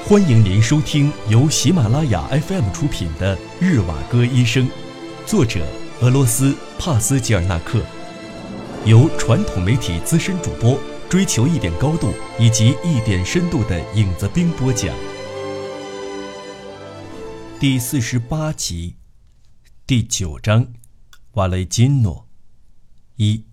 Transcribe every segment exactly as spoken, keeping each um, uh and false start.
欢迎您收听由喜马拉雅 F M 出品的《日瓦戈医生》，作者俄罗斯帕斯吉尔纳克，由传统媒体资深主播追求一点高度以及一点深度的影子兵播讲。第四十八集，第九章，瓦雷金诺。一。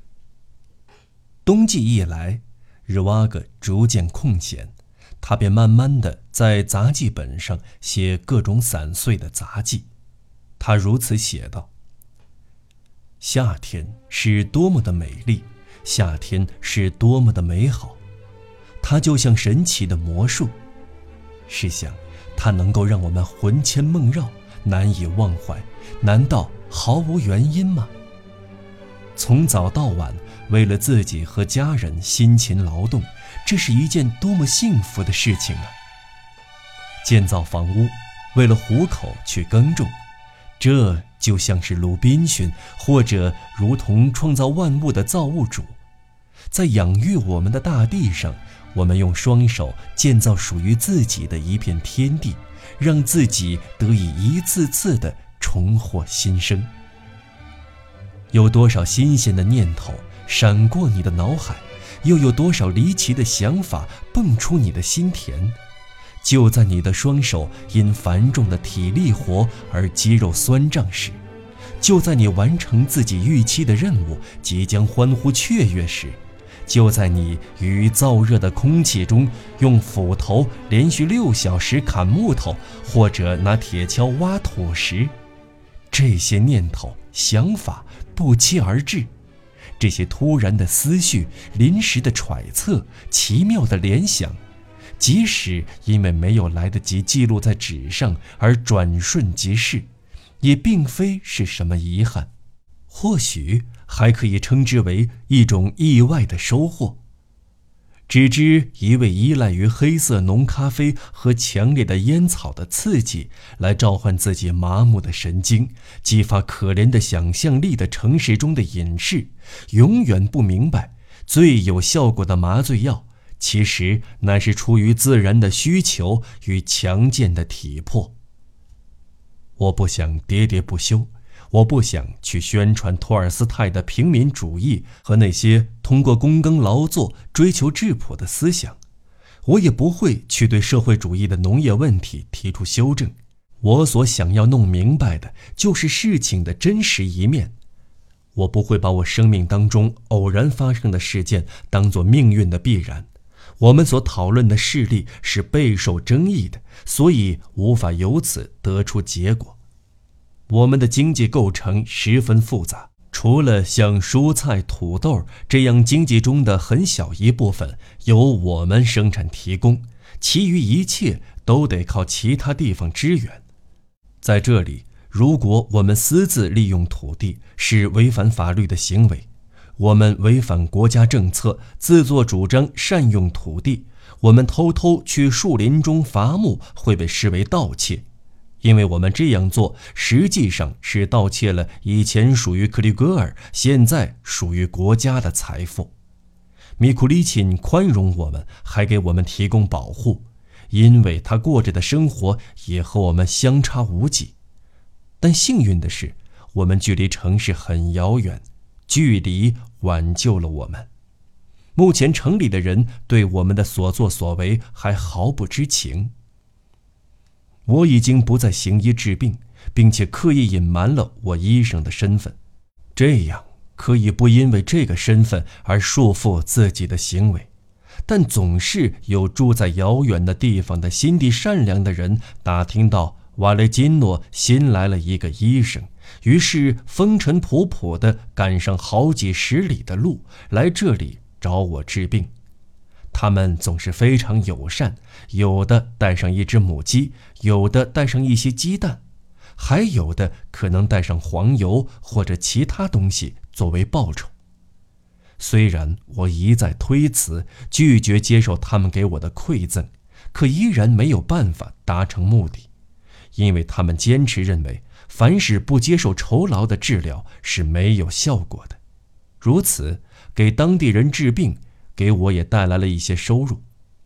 冬季一来，日瓦戈逐渐空闲，他便慢慢地在杂记本上写各种散碎的杂记。他如此写道：夏天是多么的美丽，夏天是多么的美好，它就像神奇的魔术。试想，它能够让我们魂牵梦绕，难以忘怀，难道毫无原因吗？从早到晚，为了自己和家人辛勤劳动，这是一件多么幸福的事情啊！建造房屋，为了糊口去耕种，这就像是鲁滨逊，或者如同创造万物的造物主。在养育我们的大地上，我们用双手建造属于自己的一片天地，让自己得以一次次地重获新生。有多少新鲜的念头闪过你的脑海，又有多少离奇的想法蹦出你的心田。就在你的双手因繁重的体力活而肌肉酸胀时，就在你完成自己预期的任务即将欢呼雀跃时，就在你于燥热的空气中用斧头连续六小时砍木头，或者拿铁锹挖土时，这些念头想法不期而至。这些突然的思绪，临时的揣测，奇妙的联想，即使因为没有来得及记录在纸上而转瞬即逝，也并非是什么遗憾，或许还可以称之为一种意外的收获。只知一味依赖于黑色浓咖啡和强烈的烟草的刺激来召唤自己麻木的神经，激发可怜的想象力的城市中的隐士，永远不明白最有效果的麻醉药其实乃是出于自然的需求与强健的体魄。我不想喋喋不休，我不想去宣传托尔斯泰的平民主义和那些通过躬耕劳作追求质朴的思想，我也不会去对社会主义的农业问题提出修正。我所想要弄明白的就是事情的真实一面。我不会把我生命当中偶然发生的事件当作命运的必然。我们所讨论的事例是备受争议的，所以无法由此得出结果。我们的经济构成十分复杂，除了像蔬菜、土豆这样经济中的很小一部分由我们生产提供，其余一切都得靠其他地方支援。在这里，如果我们私自利用土地，是违反法律的行为。我们违反国家政策，自作主张善用土地，我们偷偷去树林中伐木，会被视为盗窃。因为我们这样做实际上是盗窃了以前属于克里格尔，现在属于国家的财富。米库利钦宽容我们，还给我们提供保护，因为他过着的生活也和我们相差无几。但幸运的是，我们距离城市很遥远，距离挽救了我们。目前城里的人对我们的所作所为还毫不知情。我已经不再行医治病，并且刻意隐瞒了我医生的身份，这样可以不因为这个身份而束缚自己的行为。但总是有住在遥远的地方的心地善良的人打听到瓦雷金诺新来了一个医生，于是风尘仆仆地赶上好几十里的路来这里找我治病。他们总是非常友善，有的带上一只母鸡，有的带上一些鸡蛋，还有的可能带上黄油或者其他东西作为报酬。虽然我一再推辞，拒绝接受他们给我的馈赠，可依然没有办法达成目的，因为他们坚持认为凡是不接受酬劳的治疗是没有效果的。如此给当地人治病，给我也带来了一些收入。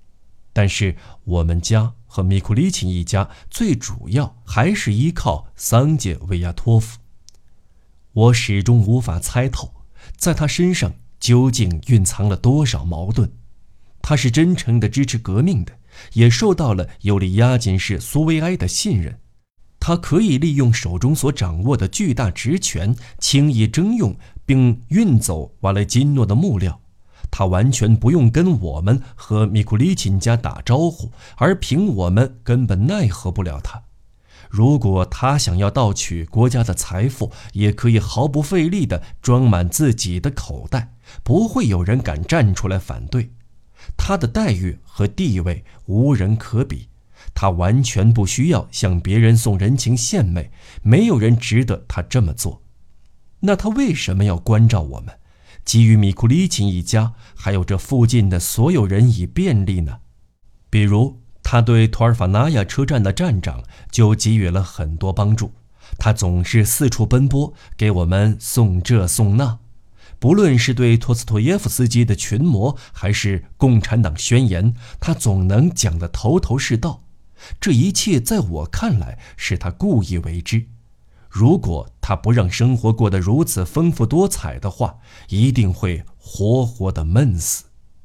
但是我们家和米库里琴一家最主要还是依靠桑杰维亚托夫。我始终无法猜透，在他身上究竟蕴藏了多少矛盾。他是真诚地支持革命的，也受到了尤里亚金氏苏维埃的信任。他可以利用手中所掌握的巨大职权，轻易征用并运走瓦雷金诺的幕僚。他完全不用跟我们和米库里琴家打招呼，而凭我们根本奈何不了他。如果他想要盗取国家的财富，也可以毫不费力地装满自己的口袋，不会有人敢站出来反对。他的待遇和地位无人可比，他完全不需要向别人送人情献媚，没有人值得他这么做。那他为什么要关照我们，给予米库里琴一家还有这附近的所有人以便利呢？比如他对图尔法纳亚车站的站长就给予了很多帮助，他总是四处奔波，给我们送这送那。不论是对托斯托耶夫斯基的群魔，还是共产党宣言，他总能讲得头头是道。这一切在我看来是他故意为之。如果他不让生活过得如此丰富多彩的话，一定会活活的闷死。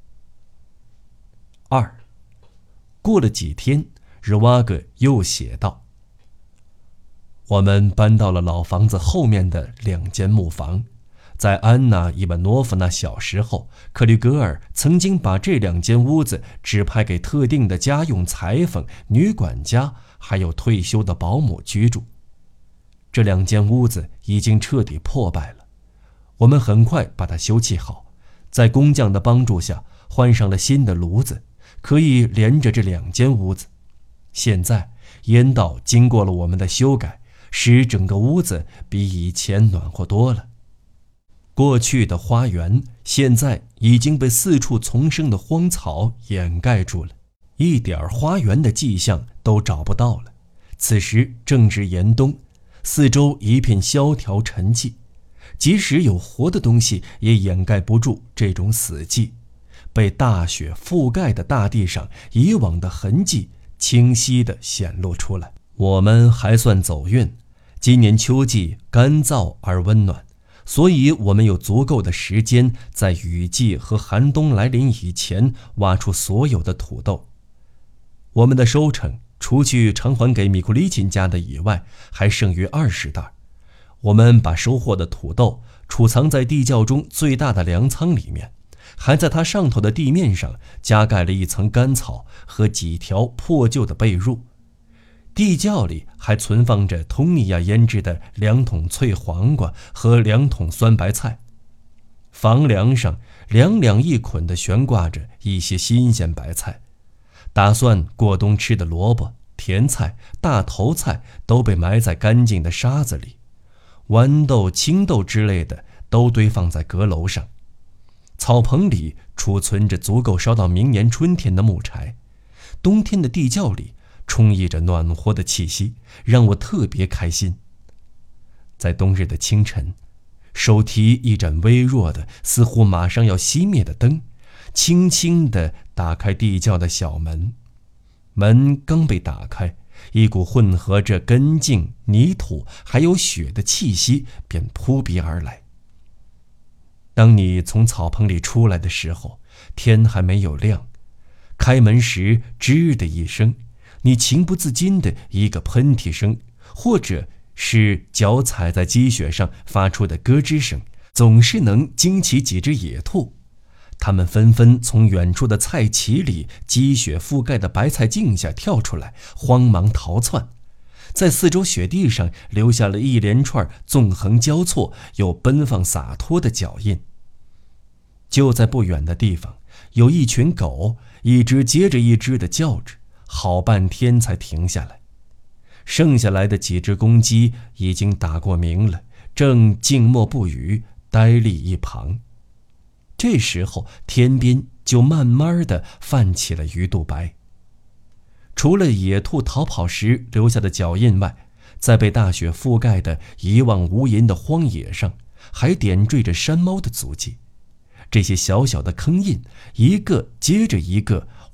二，过了几天，日瓦格又写道：我们搬到了老房子后面的两间木房。在安娜·伊万诺夫娜小时候，克里格尔曾经把这两间屋子指派给特定的家用裁缝、女管家，还有退休的保姆居住。这两间屋子已经彻底破败了，我们很快把它修葺好，在工匠的帮助下换上了新的炉子，可以连着这两间屋子。现在烟道经过了我们的修改，使整个屋子比以前暖和多了。过去的花园现在已经被四处丛生的荒草掩盖住了，一点花园的迹象都找不到了。此时正值严冬，四周一片萧条沉寂，即使有活的东西也掩盖不住这种死寂。被大雪覆盖的大地上以往的痕迹清晰地显露出来。我们还算走运，今年秋季干燥而温暖，所以我们有足够的时间在雨季和寒冬来临以前挖出所有的土豆。我们的收成除去偿还给米库里琴家的以外，还剩余二十袋。我们把收获的土豆储藏在地窖中最大的粮仓里面，还在它上头的地面上加盖了一层干草和几条破旧的被褥。地窖里还存放着通尼亚腌制的两桶脆黄瓜和两桶酸白菜，房梁上两两一捆地悬挂着一些新鲜白菜，打算过冬吃的萝卜、甜菜、大头菜都被埋在干净的沙子里，豌豆、青豆之类的都堆放在阁楼上。草棚里储存着足够烧到明年春天的木柴，冬天的地窖里充溢着暖和的气息，让我特别开心。在冬日的清晨，手提一盏微弱的似乎马上要熄灭的灯，轻轻地打开地窖的小门。门刚被打开，一股混合着根茎、泥土还有雪的气息便扑鼻而来。当你从草棚里出来的时候，天还没有亮，开门时吱的一声，你情不自禁的一个喷嚏声，或者是脚踩在积雪上发出的咯吱声，总是能惊起几只野兔。它们纷纷从远处的菜畦里积雪覆盖的白菜茎下跳出来，慌忙逃窜，在四周雪地上留下了一连串纵横交错又奔放洒脱的脚印。就在不远的地方，有一群狗一只接着一只的叫着，好半天才停下来。剩下来的几只公鸡已经打过鸣了，正静默不语，呆立一旁。这时候天边就慢慢地泛起了鱼肚白。除了野兔逃跑时留下的脚印外，在被大雪覆盖的一望无垠的荒野上，还点缀着山猫的足迹。这些小小的坑印，一个接着一个，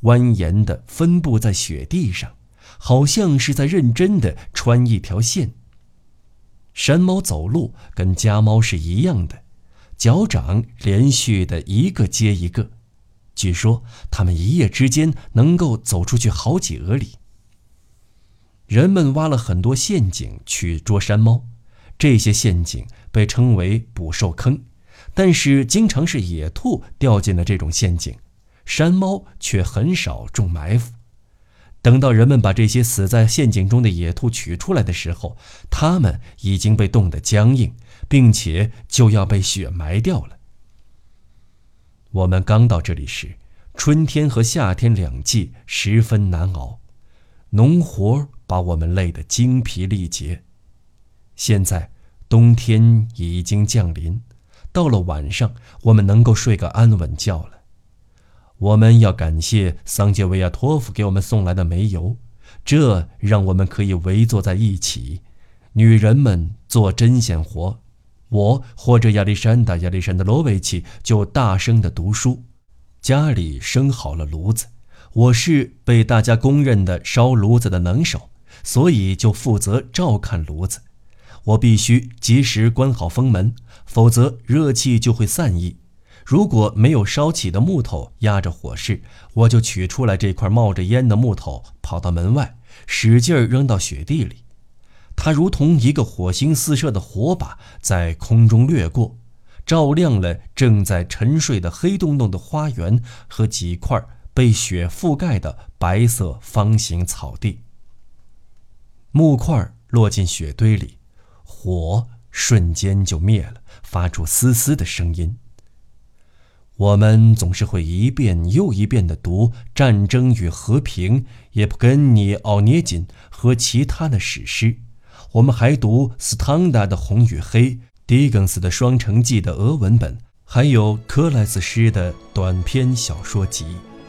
蜿蜒地分布在雪地上，好像是在认真地穿一条线。山猫走路跟家猫是一样的，脚掌连续的一个接一个，据说它们一夜之间能够走出去好几俄里。人们挖了很多陷阱去捉山猫，这些陷阱被称为捕兽坑，但是经常是野兔掉进了这种陷阱，山猫却很少中埋伏。等到人们把这些死在陷阱中的野兔取出来的时候，它们已经被冻得僵硬，并且就要被雪埋掉了。我们刚到这里时，春天和夏天两季十分难熬，农活把我们累得精疲力竭。现在冬天已经降临，到了晚上我们能够睡个安稳觉了。我们要感谢桑杰维亚托夫给我们送来的煤油，这让我们可以围坐在一起，女人们做针线活，我或者亚历山大亚历山德罗维奇就大声地读书。家里生好了炉子，我是被大家公认的烧炉子的能手，所以就负责照看炉子。我必须及时关好风门，否则热气就会散逸。如果没有烧起的木头压着火势，我就取出来这块冒着烟的木头，跑到门外，使劲扔到雪地里。它如同一个火星四射的火把在空中掠过，照亮了正在沉睡的黑洞洞的花园和几块被雪覆盖的白色方形草地。木块落进雪堆里，火瞬间就灭了，发出嘶嘶的声音。我们总是会一遍又一遍地读《战争与和平》、叶普根尼奥涅金和其他的史诗。我们还读斯汤达的《红与黑》、狄更斯的《双城记》的俄文本，还有克莱斯诗的短篇小说集。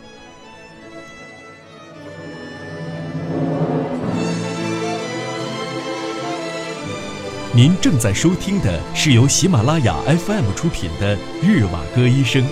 您正在收听的是由喜马拉雅 F M 出品的《日瓦戈医生》。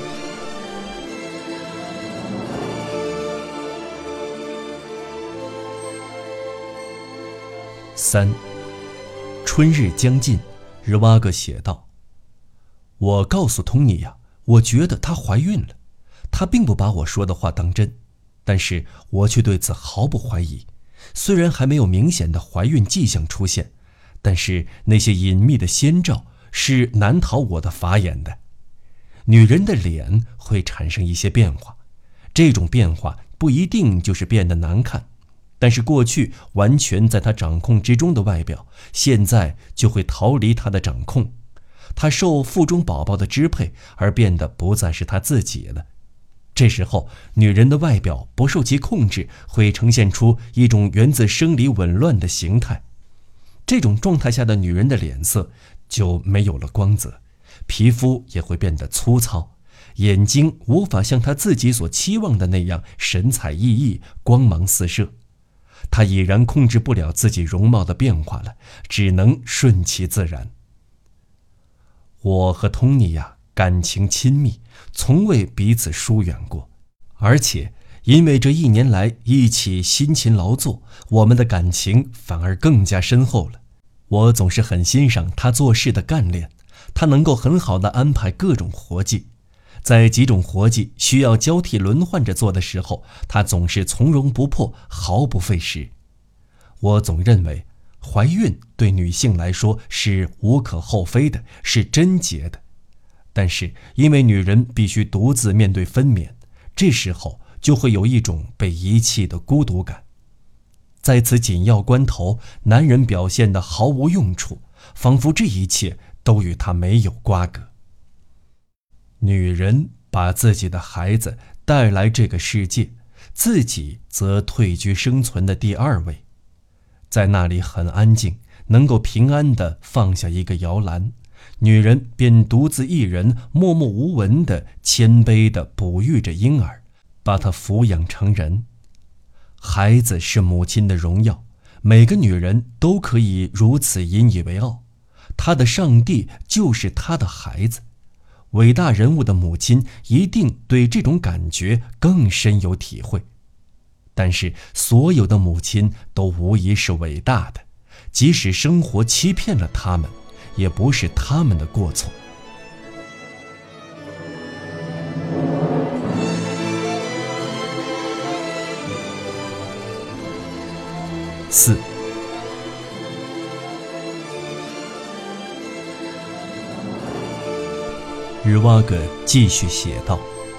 三，春日将近，日瓦戈写道：“我告诉通尼亚，我觉得她怀孕了。她并不把我说的话当真，但是我却对此毫不怀疑。虽然还没有明显的怀孕迹象出现，但是那些隐秘的先兆是难逃我的法眼的。女人的脸会产生一些变化，这种变化不一定就是变得难看，但是过去完全在她掌控之中的外表，现在就会逃离她的掌控。她受腹中宝宝的支配，而变得不再是她自己了。这时候，女人的外表不受其控制，会呈现出一种源自生理紊乱的形态。这种状态下的女人的脸色就没有了光泽，皮肤也会变得粗糙，眼睛无法像她自己所期望的那样神采奕奕、光芒四射。她已然控制不了自己容貌的变化了，只能顺其自然。我和通尼亚感情亲密，从未彼此疏远过，而且因为这一年来一起辛勤劳作，我们的感情反而更加深厚了。我总是很欣赏他做事的干练，他能够很好地安排各种活计，在几种活计需要交替轮换着做的时候，他总是从容不迫，毫不费时。我总认为怀孕对女性来说是无可厚非的，是贞洁的，但是因为女人必须独自面对分娩，这时候就会有一种被遗弃的孤独感。在此紧要关头，男人表现得毫无用处，仿佛这一切都与他没有瓜葛。女人把自己的孩子带来这个世界，自己则退居生存的第二位。在那里很安静，能够平安地放下一个摇篮，女人便独自一人默默无闻地谦卑地哺育着婴儿，把他抚养成人。孩子是母亲的荣耀，每个女人都可以如此引以为傲。她的上帝就是她的孩子，伟大人物的母亲一定对这种感觉更深有体会。 但是所有的母亲都无疑是伟大的，即使生活欺骗了他们，也不是他们的过错。四，日瓦格继续写道：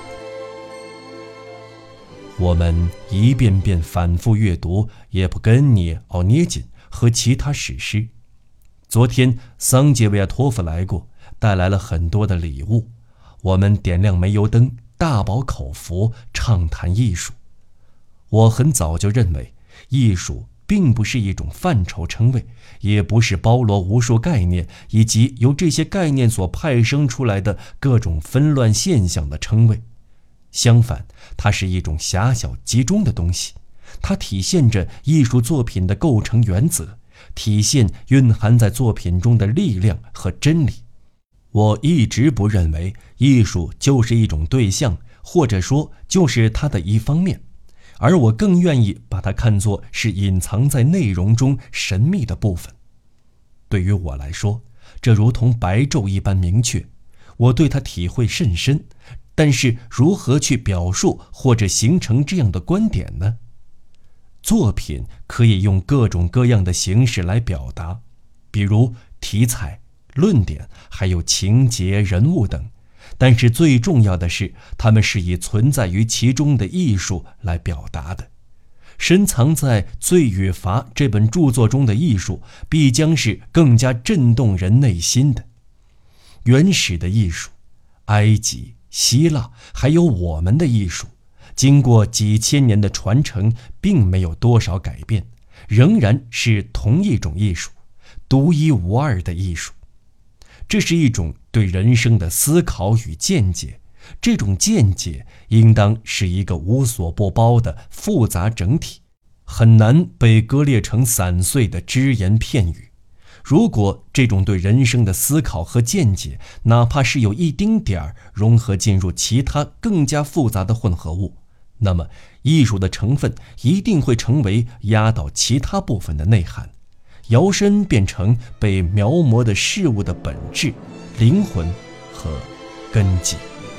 我们一遍遍反复阅读叶普根尼奥涅金和其他史诗。昨天桑杰维亚托夫来过，带来了很多的礼物。我们点亮煤油灯，大饱口福，畅谈艺术。我很早就认为，艺术并不是一种范畴称谓，也不是包罗无数概念以及由这些概念所派生出来的各种纷乱现象的称谓。相反，它是一种狭小集中的东西，它体现着艺术作品的构成原则，体现蕴含在作品中的力量和真理。我一直不认为艺术就是一种对象，或者说就是它的一方面，而我更愿意把它看作是隐藏在内容中神秘的部分。对于我来说，这如同白昼一般明确，我对它体会甚深。但是如何去表述或者形成这样的观点呢？作品可以用各种各样的形式来表达，比如题材、论点，还有情节、人物等。但是最重要的是，它们是以存在于其中的艺术来表达的。深藏在《罪与罚》这本著作中的艺术，必将是更加震动人内心的。原始的艺术，埃及、希腊，还有我们的艺术，经过几千年的传承，并没有多少改变，仍然是同一种艺术，独一无二的艺术。这是一种对人生的思考与见解，这种见解应当是一个无所不包的复杂整体，很难被割裂成散碎的只言片语。如果这种对人生的思考和见解，哪怕是有一丁点儿融合进入其他更加复杂的混合物，那么艺术的成分一定会成为压倒其他部分的内涵，摇身变成被描摹的事物的本质、灵魂和根基。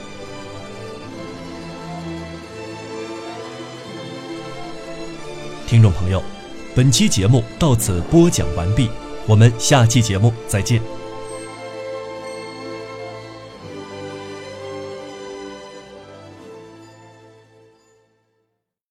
听众朋友，本期节目到此播讲完毕，我们下期节目再见。